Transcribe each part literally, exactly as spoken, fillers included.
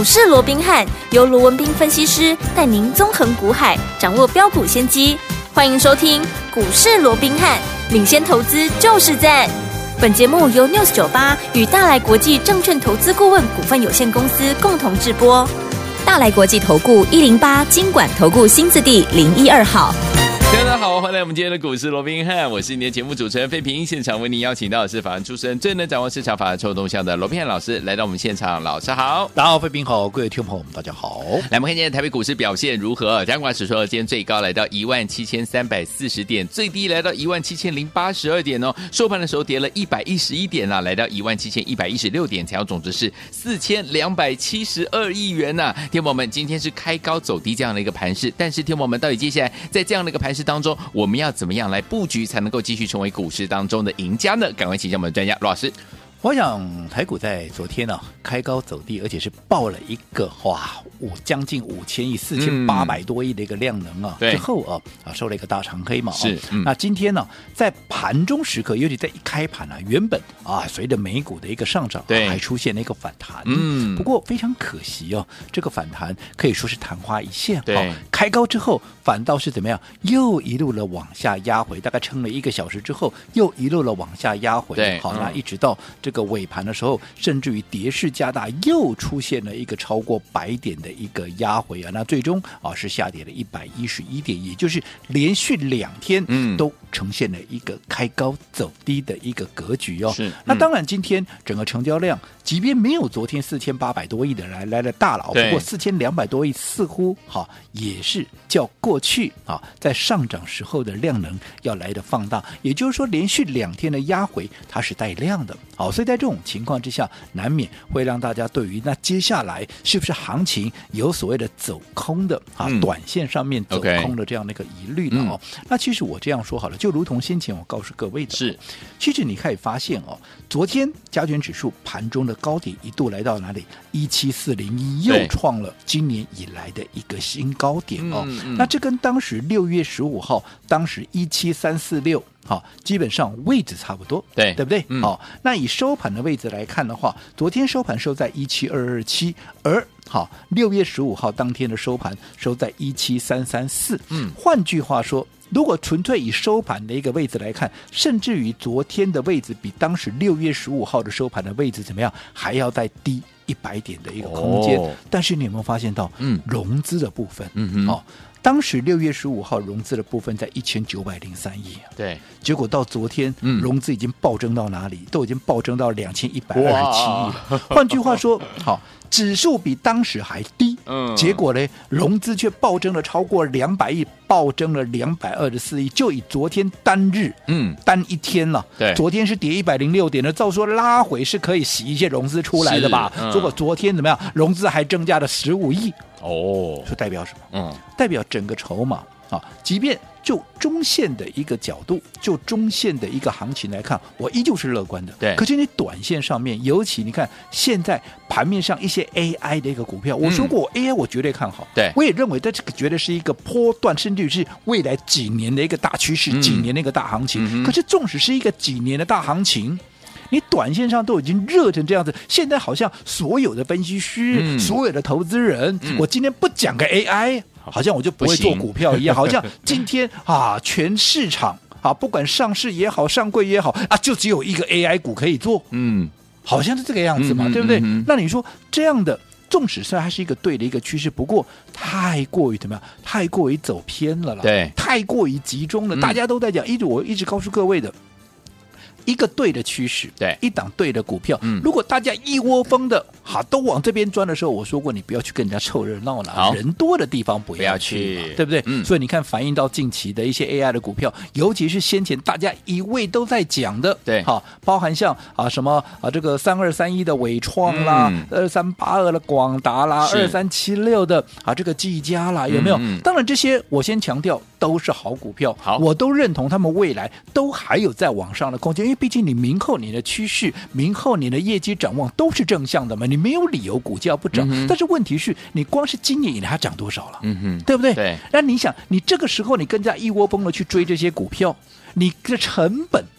市罗宾汉由罗文彬分析师带您纵横股海，掌握标股先机。欢迎收听股市罗宾汉，领先投资就是赞。本节目由 News 九十八与大来国际证券投资顾问股份有限公司共同制播。大来国际投顾一零八金管投顾新字第零一二号。 大家好，欢迎来我们今天的股市罗宾汉，我是你的节目主持人费平。现场为您邀请到的是法案出身、最能掌握市场法案臭动向的罗宾汉老师，来到我们现场。老师好。 大家好，费平好，各位听众朋友们大家好。 来，我们看今天台北股市表现如何？加权指数今天最高来到一万七千三百四十点，最低来到一万七千零八十二点哦。收盘的时候跌了一百一十一点啊，来到一万七千一百一十六点，成交总值是四千两百七十二亿元呐、啊。天宝们，今天是开高走低这样的一个盘势，但是天宝们到底接下来在这样的一个盘势当中，我们要怎么样来布局才能够继续成为股市当中的赢家呢？赶快请教我们的专家罗老师。 我想台股在昨天呢、啊、开高走低，而且是爆了一个哇五将近五千亿四千八百多亿的一个量能啊、嗯、之后啊啊收了一个大长黑嘛是、嗯、 那今天呢、啊、在盘中时刻，尤其在一开盘啊，原本啊随着美股的一个上涨、啊、还出现了一个反弹，嗯，不过非常可惜哦，这个反弹可以说是昙花一现，对、啊，开高之后反倒是怎么样，又一路的往下压回，大概撑了一个小时之后，又一路的往下压回， 对， 好， 嗯、 那一直到这个。这个尾盘的时候，甚至于跌势加大，又出现了一个超过百点的一个压回啊，那最终啊是下跌了一百一十一点，也就是连续两天都呈现了一个开高走低的一个格局哦。是、嗯，那当然今天整个成交量，即便没有昨天四千八百多亿的来来的大佬，不过四千两百多亿似乎哈也是较过去啊在上涨时候的量能要来的放大，也就是说连续两天的压回它是带量的，好，所以在这种情况之下，难免会让大家对于那接下来是不是行情有所谓的走空的啊、嗯，短线上面走空的这样的一个疑虑的哦、嗯。那其实我这样说好了，就如同先前我告诉各位的，是，其实你可以发现哦，昨天加权指数盘中的高点一度来到哪里？一七四零一，又创了今年以来的一个新高点哦。嗯嗯、那这跟当时六月十五号当时一七三四六。好，基本上位置差不多，对对不对？嗯、好，那以收盘的位置来看的话，昨天收盘收在一七二二七，而好六月十五号当天的收盘收在一七三三四。嗯，换句话说，如果纯粹以收盘的一个位置来看，甚至于昨天的位置比当时六月十五号的收盘的位置怎么样，还要再低一百点的一个空间。哦、但是你有没有发现到，嗯，融资的部分，嗯哼，哦。当时六月十五号融资的部分在一千九百零三亿，对，结果到昨天、嗯、融资已经暴增到哪里？都已经暴增到两千一百二十七亿。换句话说，好，指数比当时还低，嗯，结果呢，融资却暴增了超过两百亿，暴增了两百二十四亿。就以昨天单日，嗯，单一天了，对，昨天是跌一百零六点的，照说拉回是可以洗一些融资出来的吧？嗯、结果昨天怎么样？融资还增加了十五亿。哦，是代表什么？嗯，代表整个筹码啊，即便就中线的一个角度，就中线的一个行情来看，我依旧是乐观的。对，可是你短线上面，尤其你看现在盘面上一些 A I 的一个股票，我说过我 A I 我绝对看好，对，我也认为这个绝对是一个波段，甚至是未来几年的一个大趋势，嗯、几年的一个大行情。嗯、可是纵使是一个几年的大行情，你短线上都已经热成这样子，现在好像所有的分析师、嗯、所有的投资人、嗯，我今天不讲个 A I， 好像我就不会做股票一样，好像今天啊，全市场啊，不管上市也好，上柜也好啊，就只有一个 A I 股可以做，嗯，好像是这个样子嘛，嗯、对不对、嗯嗯？那你说这样的，纵使虽然它是一个对的一个趋势，不过太过于怎么样？太过于走偏了啦，对，太过于集中了，嗯、大家都在讲，一直我一直告诉各位的。一个对的趋势，对，一档对的股票，嗯，如果大家一窝蜂的哈都往这边钻的时候，我说过你不要去跟人家凑热闹了，人多的地方不要去，不要去对不对、嗯？所以你看反映到近期的一些 A I 的股票，尤其是先前大家一味都在讲的，对，好，包含像啊什么啊这个三二三一的伟创啦，二三八二的广达啦，二三七六的啊这个技嘉啦，有没有、嗯？当然这些我先强调都是好股票，好，我都认同他们未来都还有在往上的空间，因为毕竟你明后你的趋势，明后你的业绩展望都是正向的嘛，你没有理由股价不涨、嗯。但是问题是你光是今年以来它涨多少了，嗯哼，对不对？对。那你想，你这个时候你更加一窝蜂的去追这些股票，你的成本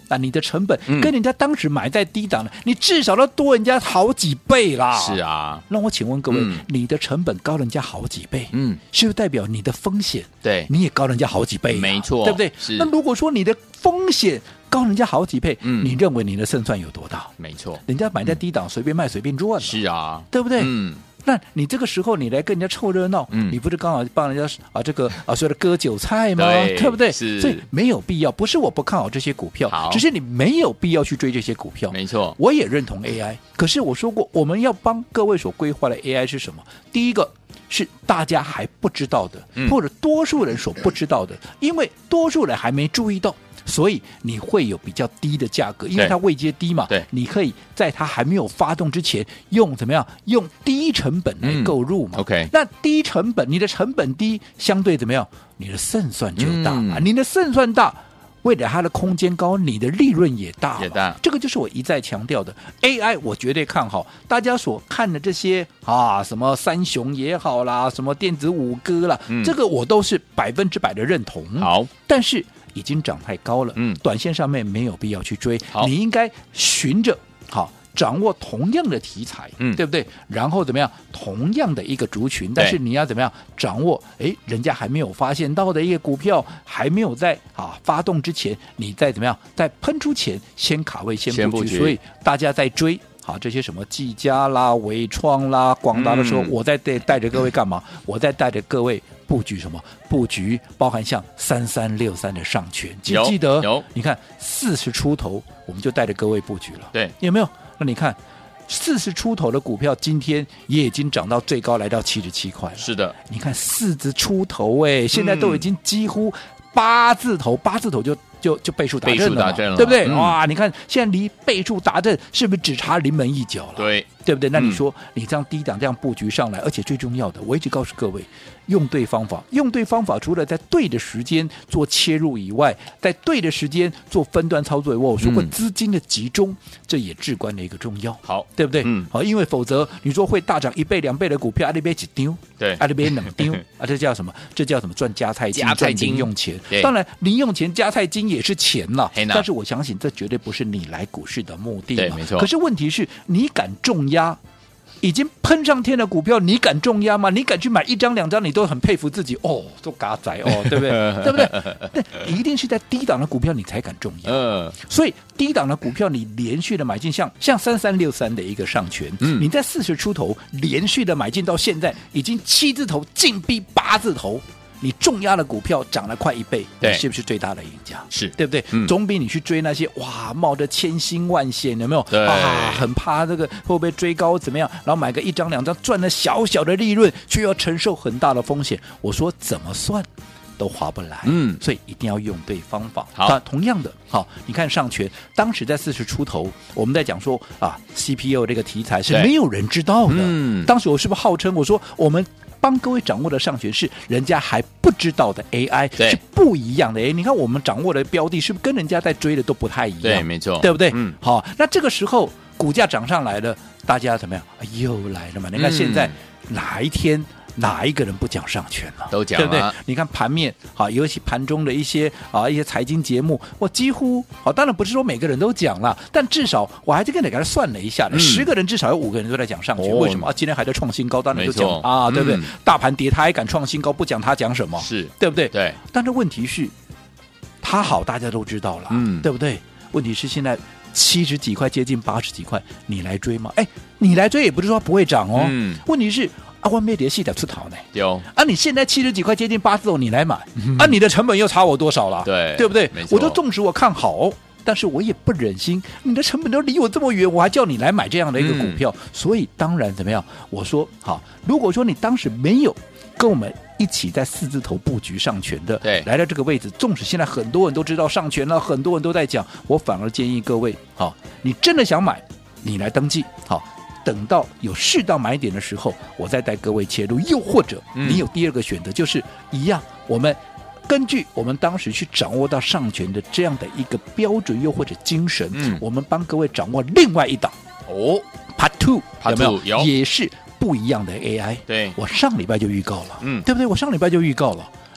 那你的成本跟人家当时买在低档的，嗯、你至少要多人家好几倍啦。 是啊， 那我请问各位， 嗯、 你的成本高人家好几倍， 嗯， 是不是代表你的风险对你也高人家好几倍、啊？ 没错， 对不对？ 是。 那如果说你的风险高人家好几倍， 嗯、 你认为你的胜算有多大？ 没错， 人家买在低档，随、嗯、便卖随便赚， 是啊， 对不对？ 嗯。 那你这个时候你来跟人家凑热闹，嗯、你不是刚好帮人家啊这个啊所谓的割韭菜吗？ 对, 对不对？ 是， 所以没有必要。不是我不看好这些股票，只是你没有必要去追这些股票。 没错， 我也认同 A I， 可是我说过，我们要帮各位所规划的 A I 是什么？第一个是大家还不知道的，嗯、或者多数人所不知道的，因为多数人还没注意到。所以你会有比较低的价格，因为它位阶低嘛，你可以在它还没有发动之前，用怎么样？用低成本来购入嘛。 嗯、OK， 那低成本，你的成本低，相对怎么样？你的胜算就大嘛。嗯、你的胜算大，为了它的空间高，你的利润也大。 也大。 这个就是我一再强调的 A I， 我绝对看好。大家所看的这些啊，什么三雄也好啦，什么电子五哥啦，嗯、这个我都是百分之百的认同。 好， 但是。已经涨太高了，嗯，短线上面没有必要去追，你应该循着好掌握同样的题材，嗯，对不对？然后怎么样？同样的一个族群，但是你要怎么样掌握？哎，人家还没有发现到的一个股票，还没有在啊发动之前，你再怎么样，在喷出前先卡位先布局，所以大家在追。好，这些什么技嘉啦、伟创啦、广达的时候，嗯、我在带带着各位干嘛？我在带着各位布局什么？布局包含像三三六三的上权，记不记得？ 有， 你看四十出头，我们就带着各位布局了。 对， 有没有？那你看四十出头的股票，今天也已经涨到最高来到七十七块了。 是的， 你看四字出头，哎，现在都已经几乎八字头，八字头就。就就倍数达阵了，了对不对？嗯、哇，你看现在离倍数达阵是不是只差临门一脚了？ 对， 对不对？那你说、嗯、你这样低档这样布局上来，而且最重要的，我一直告诉各位，用对方法，用对方法，除了在对的时间做切入以外，在对的时间做分段操作以外，我说过资金的集中，嗯、这也至关的一个重要。 好， 对不对？ 嗯， 好，因为否则你说会大涨一倍两倍的股票，阿里边几丢， 对， 阿里边两丢啊，这叫什么？这叫什么？赚加菜金，赚零用钱。 对， 当然零用钱加菜金也是钱了。 但是我相信这绝对不是你来股市的目的嘛， 对，没错。 可是问题是你敢重压，已经喷上天的股票，你敢重压吗？你敢去买一张两张，你都很佩服自己哦，都嘎仔哦，对不对？对不对？那一定是在低档的股票你才敢重压。嗯，所以低档的股票你连续的买进，像像三三六三的一个上权，嗯，你在四十出头连续的买进到现在，已经七字头进逼八字头。你重压的股票涨了快一倍，你是不是最大的赢家？ 是对不对？嗯、总比你去追那些哇冒着千辛万险，有没有？ 对啊，很怕这个会不会追高怎么样？然后买个一张两张赚了小小的利润，却要承受很大的风险。我说怎么算都划不来，嗯，所以一定要用对方法。 好， 同样的，好，你看上权当时在四十出头，我们在讲说啊 ，C P U 这个题材是没有人知道的。嗯，当时我是不是号称我说我们？帮各位掌握的上权是人家还不知道的 A I， 是不一样的。哎，你看我们掌握的标的是不是跟人家在追的都不太一样？ 对，没错， 对不对？ 嗯， 好，那这个时候股价涨上来了，大家怎么样？又来了嘛？你看现在、嗯、哪一天？哪一个人不讲上权了？ 都讲了， 对不对？你看盘面啊，尤其盘中的一些啊一些财经节目，我几乎好，当然不是说每个人都讲了，但至少我还是跟你给他算了一下，嗯、十个人至少有五个人都在讲上权。哦、为什么啊？今天还在创新高，当然就讲啊，对不对？嗯、大盘跌他还敢创新高，不讲他讲什么？ 是对不对？ 对。 但是问题是，他好大家都知道了，嗯，对不对？问题是现在七十几块，接近八十几块，你来追吗？哎，你来追也不是说不会涨哦。嗯、问题是。啊，外面跌细的出逃呢？ 有啊，你现在七十几块接近八字头，你来买、嗯、啊，你的成本又差我多少了？ 对， 对不对？ 没错。 我就纵使我看好，但是我也不忍心，你的成本都离我这么远，我还叫你来买这样的一个股票，嗯、所以当然怎么样？我说好，如果说你当时没有跟我们一起在四字头布局上权的， 对， 来到这个位置，纵使现在很多人都知道上权了，很多人都在讲，我反而建议各位，好，你真的想买，你来登记，好。等到有适当买点的时候，我再带各位切入。又或者你有第二个选择，嗯、就是一样，我们根据我们当时去掌握到上权的这样的一个标准，又或者精神，嗯、我们帮各位掌握另外一档哦 ，Part Two 有没有？ 有也是不一样的 A I。 对， 我上礼拜就预告了， 嗯， 对不对？我上礼拜就预告了。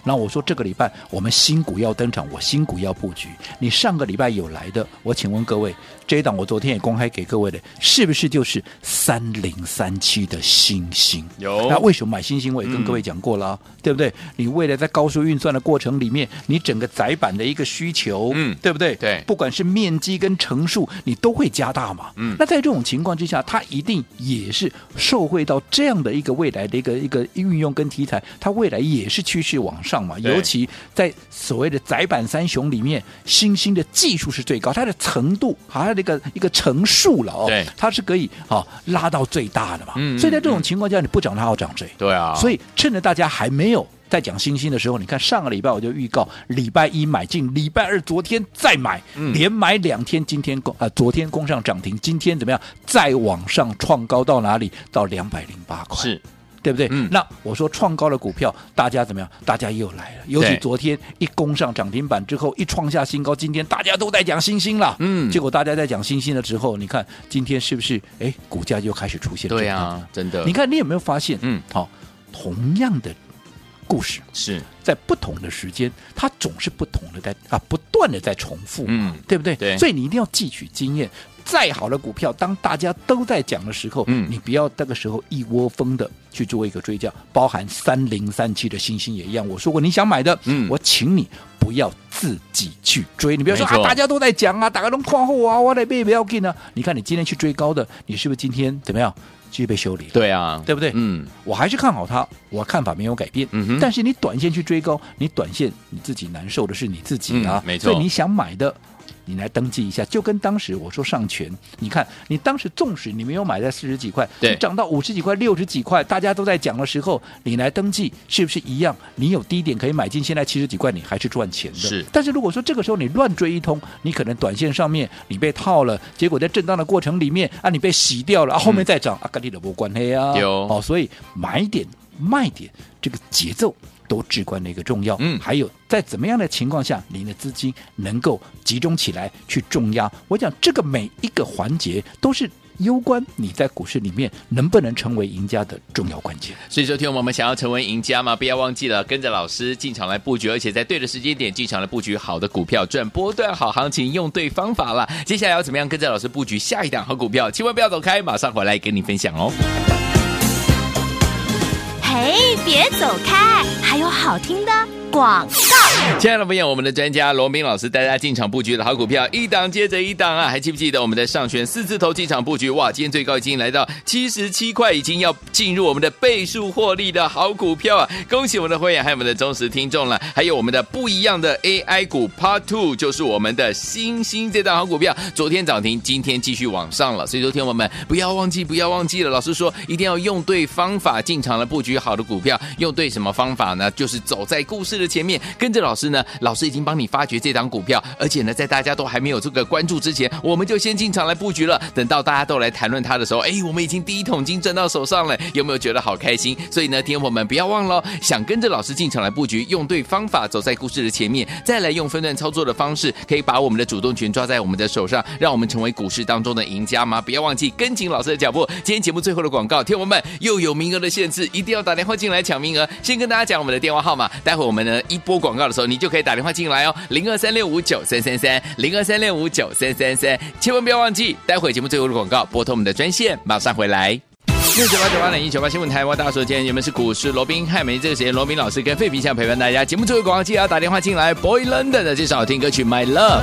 那我说这个礼拜我们新股要登场，我新股要布局。你上个礼拜有来的，我请问各位，这一档我昨天也公开给各位的，是不是就是三零三七的星星？ 有。 那为什么买星星？我也跟各位讲过了、嗯，对不对？你未来在高速运算的过程里面，你整个载板的一个需求，嗯，对不对？ 对， 不管是面积跟乘数，你都会加大嘛。嗯，那在这种情况之下，它一定也是受惠到这样的一个未来的一个一个运用跟题材，它未来也是趋势往上嘛。尤其在所谓的载板三雄里面，星星的技术是最高，它的程度还有那个一个乘数了哦， 对， 它是可以哦拉到最大的嘛。嗯，所以在这种情况下，你不涨它要涨谁？ 对啊， 所以趁着大家还没有在讲星星的时候，你看上个礼拜我就预告，礼拜一买进，礼拜二昨天再买，嗯、连买两天，今天攻啊、呃，昨天攻上涨停，今天怎么样？再往上创高到哪里？到两百零八块， 是。 对不对、 嗯？ 那我说创高的股票，大家怎么样？大家又来了。尤其昨天一攻上涨停板之后，一创下新高，今天大家都在讲星星了。嗯，结果大家在讲星星了之后，你看今天是不是？哎，股价又开始出现。 对啊，真的。 你看你有没有发现？ 嗯， 好、哦，同样的故事是在不同的时间，它总是不同的在啊，不断的在重复嘛，嗯，对不对？ 对。 所以你一定要汲取经验。再好的股票，当大家都在讲的时候，嗯，你不要那个时候一窝蜂的去做一个追价，包含三零三七的星星也一样。我说过，你想买的，嗯，我请你不要自己去追，你不要说啊，大家都在讲啊，大家都看好啊，我来买不要紧啊。你看你今天去追高的，你是不是今天怎么样？继续被修理了？ 对啊， 对不对？ 嗯， 我还是看好它，我看法没有改变。嗯哼，但是你短线去追高，你短线你自己难受的是你自己啊， 嗯、没错。 所以你想买的，你来登记一下，就跟当时我说上权，你看你当时纵使你没有买在四十几块，你涨到五十几块、六十几块，大家都在讲的时候，你来登记是不是一样？你有低点可以买进，现在七十几块你还是赚钱的。 是， 但是如果说这个时候你乱追一通，你可能短线上面你被套了，结果在震荡的过程里面啊，你被洗掉了，啊、后面再涨、嗯、啊，跟你的没关系啊。 有哦，所以买点卖点这个节奏都至关的一个重要，嗯，还有在怎么样的情况下，您的资金能够集中起来去重压？我讲这个每一个环节都是攸关你在股市里面能不能成为赢家的重要关键。 所以说，听我们想要成为赢家嘛，不要忘记了跟着老师进场来布局，而且在对的时间点进场来布局好的股票，赚波段好行情，用对方法了。接下来要怎么样跟着老师布局下一档好股票？千万不要走开，马上回来跟你分享哦。 嘿，别走开，还有好听的广告。 亲爱的朋友，我们的专家罗明老师带大家进场布局的好股票，一档接着一档啊！还记不记得我们的上权四字头进场布局？哇，今天最高已经来到七十七块，已经要进入我们的倍数获利的好股票啊！恭喜我们的会员还有我们的忠实听众了，还有我们的不一样的 A I 股 Part 二，就是我们的星星这档好股票，昨天涨停，今天继续往上了。所以说，听我们不要忘记，不要忘记了，老师说一定要用对方法进场来布局好的股票，用对什么方法呢？就是走在故事的前面，跟着老师呢，老师已经帮你发掘这档股票，而且呢，在大家都还没有这个关注之前，我们就先进场来布局了。等到大家都来谈论它的时候，哎，我们已经第一桶金赚到手上了，有没有觉得好开心？所以呢，听我们不要忘了，想跟着老师进场来布局，用对方法，走在故事的前面，再来用分段操作的方式，可以把我们的主动权抓在我们的手上，让我们成为股市当中的赢家吗？不要忘记跟紧老师的脚步。今天节目最后的广告，听我们又有名额的限制，一定要打电话进来抢名额。先跟大家讲我们的电话号码，待会我们呢一播广告的时候，你就可以打电话进来哦，零二三六五九三三三，零二三六五九三三三，千万不要忘记，待会节目最后的广告拨通我们的专线，马上回来。六九八九八零一九八新闻台，我大家所见，你们是股市罗宾汉，每这个时间罗宾老师跟费皮相陪伴大家。节目最后广告记得要打电话进来 ，Boy London 的这首好听歌曲 My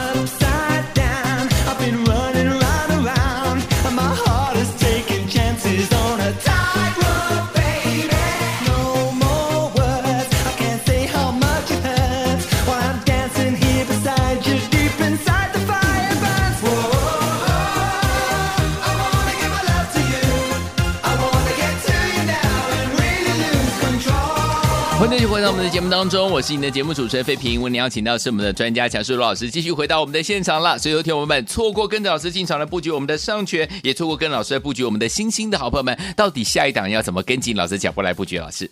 Love。欢迎继续回到我们的节目当中，我是你的节目主持人费平。为您邀请到是我们的专家强势罗老师，继续回到我们的现场了。所以有听我们错过跟着老师进场来布局我们的上权，也错过跟老师来布局我们的新兴的好朋友们，到底下一档要怎么跟紧老师脚步来布局？老师，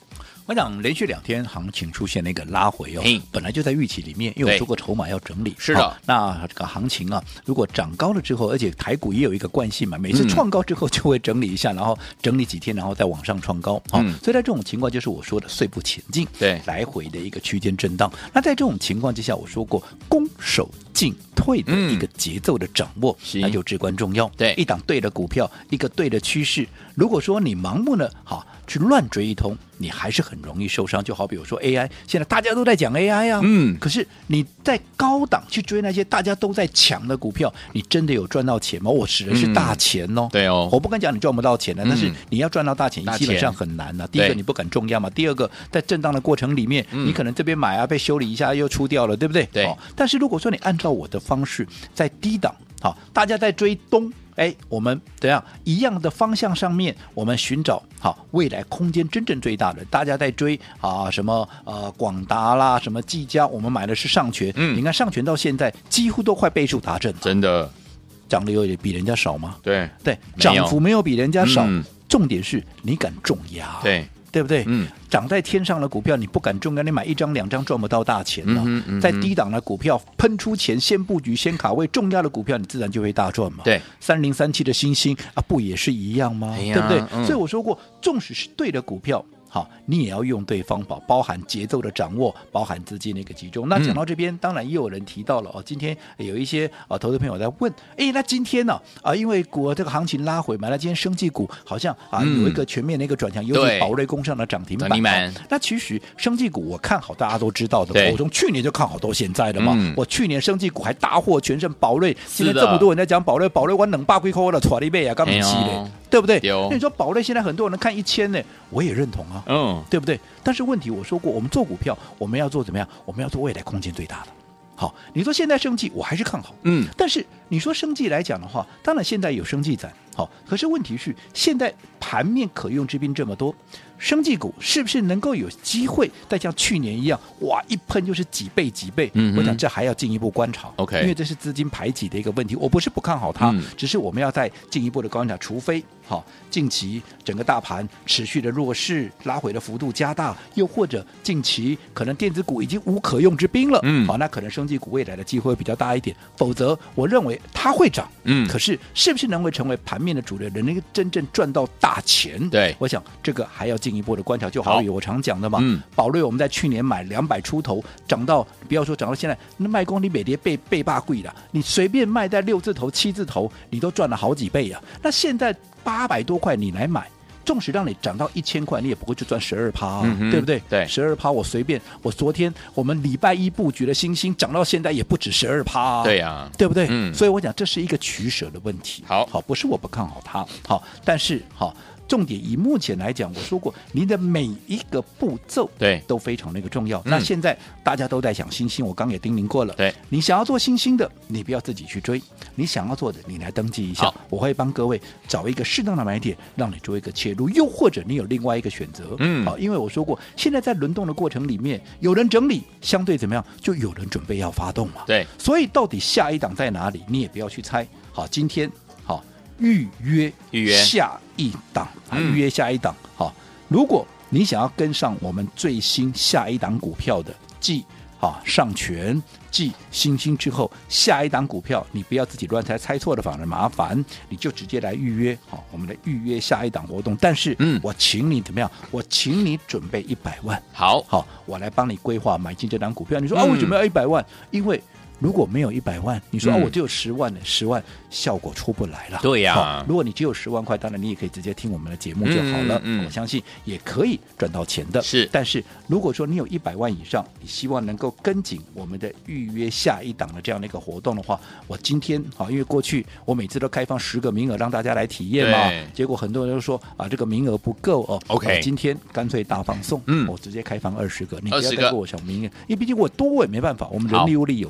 我想连续两天行情出现了一个拉回哦嘿， 本来就在预期里面，因为对我说过筹码要整理。 是的好那这个行情啊，如果涨高了之后，而且台股也有一个惯性嘛，每次嗯创高之后就会整理一下，然后整理几天，然后再往上创高。好、 嗯所以在这种情况就是我说的碎步前进， 对来回的一个区间震荡。那在这种情况之下，我说过攻守进退的一个节奏的掌握， 是那就至关重要。 对一档对的股票，一个对的趋势。如果说你盲目的好去乱追一通，你还是很容易受伤。就好比我说 A I， 现在大家都在讲 A I 啊， 嗯可是你在高档去追那些大家都在抢的股票，你真的有赚到钱吗？我指的是大钱哦。 嗯对哦我不敢讲你赚不到钱的， 嗯但是你要赚到大钱， 大钱基本上很难的、第一个对你不敢重压嘛，第二个在震荡的过程里面， 嗯你可能这边买啊被修理一下又出掉了，对不对？ 对哦但是如果说你按照我的方式，在低档，好，大家在追东。哎，我们怎样一样的方向上面，我们寻找好未来空间真正最大的。大家在追啊什么呃广达啦，什么技嘉，我们买的是上权。 嗯你看上权到现在几乎都快倍数达阵了， 真的涨的有点比人家少吗？ 对对， 没有涨幅没有比人家少， 嗯重点是你敢重压， 对对不对？ 嗯， 涨在天上的股票你不敢重压，你买一张两张赚不到大钱了。 嗯哼嗯哼在低档的股票喷出前先布局先卡位，重压的股票你自然就会大赚嘛。 对， 三零三七的星星啊，不也是一样吗？ 哎呀对不对？ 嗯所以我说过，纵使是对的股票。好，你也要用对方法，包含节奏的掌握，包含资金的一个集中。那讲到这边，嗯、当然也有人提到了哦，今天有一些啊投资朋友在问，哎，那今天呢啊，因为股这个行情拉回嘛，那今天生技股好像啊、嗯、有一个全面的一个转强，尤其宝瑞攻上了涨停板。 板那其实生技股我看好，大家都知道的嘛，我从去年就看好到现在的嘛。嗯、我去年生技股还大获全胜，宝瑞今天这么多人在讲宝瑞，宝瑞我冷霸龟扣了，喘一倍啊，刚没起嘞，对不对？那你说宝瑞现在很多人看一千呢，我也认同啊， 嗯， 对不对？但是问题我说过，我们做股票，我们要做怎么样？我们要做未来空间最大的。好，你说现在生技，我还是看好， 嗯， 但是你说生技来讲的话，当然现在有生技展，好，可是问题是现在盘面可用之兵这么多，生技股是不是能够有机会再像去年一样，哇，一喷就是几倍几倍？ 嗯， 我想这还要进一步观察 ，OK， 因为这是资金排挤的一个问题。我不是不看好它， 嗯、 只是我们要再进一步的观察，除非好近期整个大盘持续的弱势，拉回的幅度加大，又或者近期可能电子股已经无可用之兵了， 嗯， 好，那可能生技股未来的机会会比较大一点。否则，我认为它会涨， 嗯， 可是是不是能够成为盘面的主流，能够真正赚到大钱？ 对， 我想这个还要进一步的观察。就好比我常讲的嘛， 嗯， 宝瑞我们在去年买两百出头，涨到不要说涨到现在，那卖光你每跌倍倍霸贵了，你随便卖在六字头、七字头，你都赚了好几倍啊。那现在八百多块你来买，纵使让你涨到一千块，你也不会就赚十二趴，对不对？ 对， 十二趴我随便，我昨天我们礼拜一布局的星星涨到现在也不止十二趴，啊， 对呀，啊， 对不对？ 嗯， 所以我讲这是一个取舍的问题。 好， 好，不是我不看好它，好，但是好。重点以目前来讲，我说过，您的每一个步骤对都非常的一个重要。 嗯、 那现在大家都在想新兴，我刚也叮咛过了， 对， 你想要做新兴的，你不要自己去追，你想要做的，你来登记一下，我会帮各位找一个适当的买点，让你做一个切入，又或者你有另外一个选择， 嗯， 好，因为我说过，现在在轮动的过程里面，有人整理，相对怎么样，就有人准备要发动嘛， 对， 所以到底下一档在哪里，你也不要去猜。好，今天好。预约预约下一档啊，预约下一档。好、嗯，如果你想要跟上我们最新下一档股票的，继啊上权、继星星之后，下一档股票你不要自己乱猜，猜错了反而麻烦，你就直接来预约。好，我们来预约下一档活动。但是，嗯，我请你怎么样？我请你准备一百万。 好， 好，我来帮你规划买进这档股票。你说、嗯、啊，为什么要一百万？因为如果没有一百万，你说、嗯、啊，我只有十万呢，十万效果出不来了。 对呀、啊， 如果你只有十万块，当然你也可以直接听我们的节目就好了。嗯嗯、我相信也可以赚到钱的。 是， 但是如果说你有一百万以上，你希望能够跟紧我们的预约下一档的这样的一个活动的话，我今天好，因为过去我每次都开放十个名额让大家来体验嘛，结果很多人都说啊，这个名额不够哦。 OK，、 啊、今天干脆大放送， 嗯， 我直接开放二十个，你不要再跟我抢名额，因为毕竟我多我也没办法，我们人力物力有限。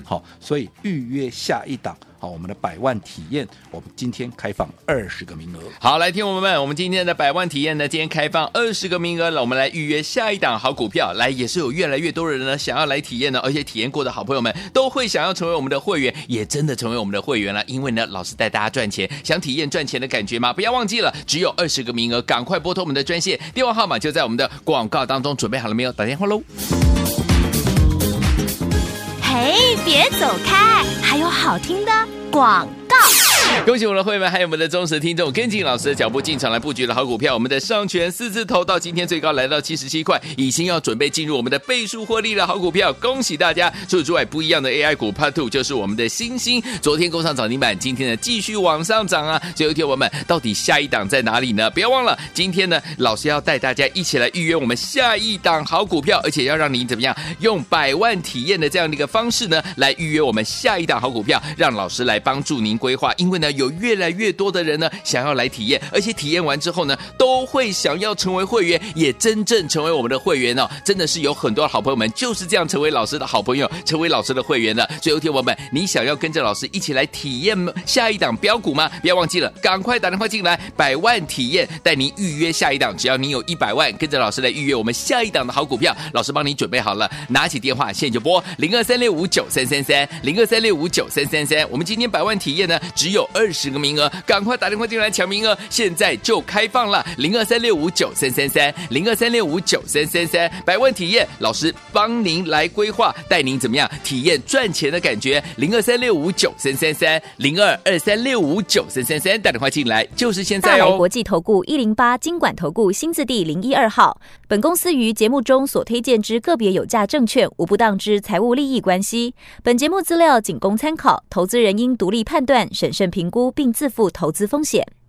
好，所以预约下一档。好，我们的百万体验，我们今天开放二十个名额。 好，来听众们，我们今天的百万体验呢，今天开放二十个名额了，我们来预约下一档好股票。来，也是有越来越多人呢想要来体验呢，而且体验过的好朋友们都会想要成为我们的会员，也真的成为我们的会员了。因为呢，老师带大家赚钱，想体验赚钱的感觉吗？不要忘记了，只有二十个名额，赶快拨通我们的专线，电话号码就在我们的广告当中。准备好了没有？打电话喽！ 嘿，别走开，还有好听的广告。 恭喜我们的会员，还有我们的忠实听众，跟紧老师的脚步进场来布局的好股票。我们的上权四字头到今天最高来到七十七块，已经要准备进入我们的倍数获利的好股票，恭喜大家！除此之外，不一样的 A I 股 Part 二就是我们的星星，昨天攻上涨停板，今天呢继续往上涨啊！所以，听我们到底下一档在哪里呢？不要忘了，今天呢老师要带大家一起来预约我们下一档好股票，而且要让您怎么样用百万体验的这样的一个方式呢，来预约我们下一档好股票，让老师来帮助您规划。因为呢，有越来越多的人呢想要来体验，而且体验完之后呢，都会想要成为会员，也真正成为我们的会员哦。真的是有很多的好朋友们就是这样成为老师的好朋友，成为老师的会员了。所以，有听我们，你想要跟着老师一起来体验下一档标股吗？不要忘记了，赶快打电话进来，百万体验带您预约下一档。只要你有一百万，跟着老师来预约我们下一档的好股票，老师帮你准备好了，拿起电话现在就拨零二三六五九三三三零二三六五九三三三。我们今天百万体验呢，只有二十个名额，赶快打电话进来抢名额，现在就开放了零二三六五九三三三零二三六五九三三三。百万体验，老师帮您来规划，带您怎么样体验赚钱的感觉。零二三六五九三三三零二二三六五九三三三，打电话进来就是现在哦。 大来国际投顾一零八金管投顾新字第零一二号。本公司于节目中所推荐之个别有价证券，无不当之财务利益关系。本节目资料仅供参考，投资人应独立判断、审慎评估，并自负投资风险。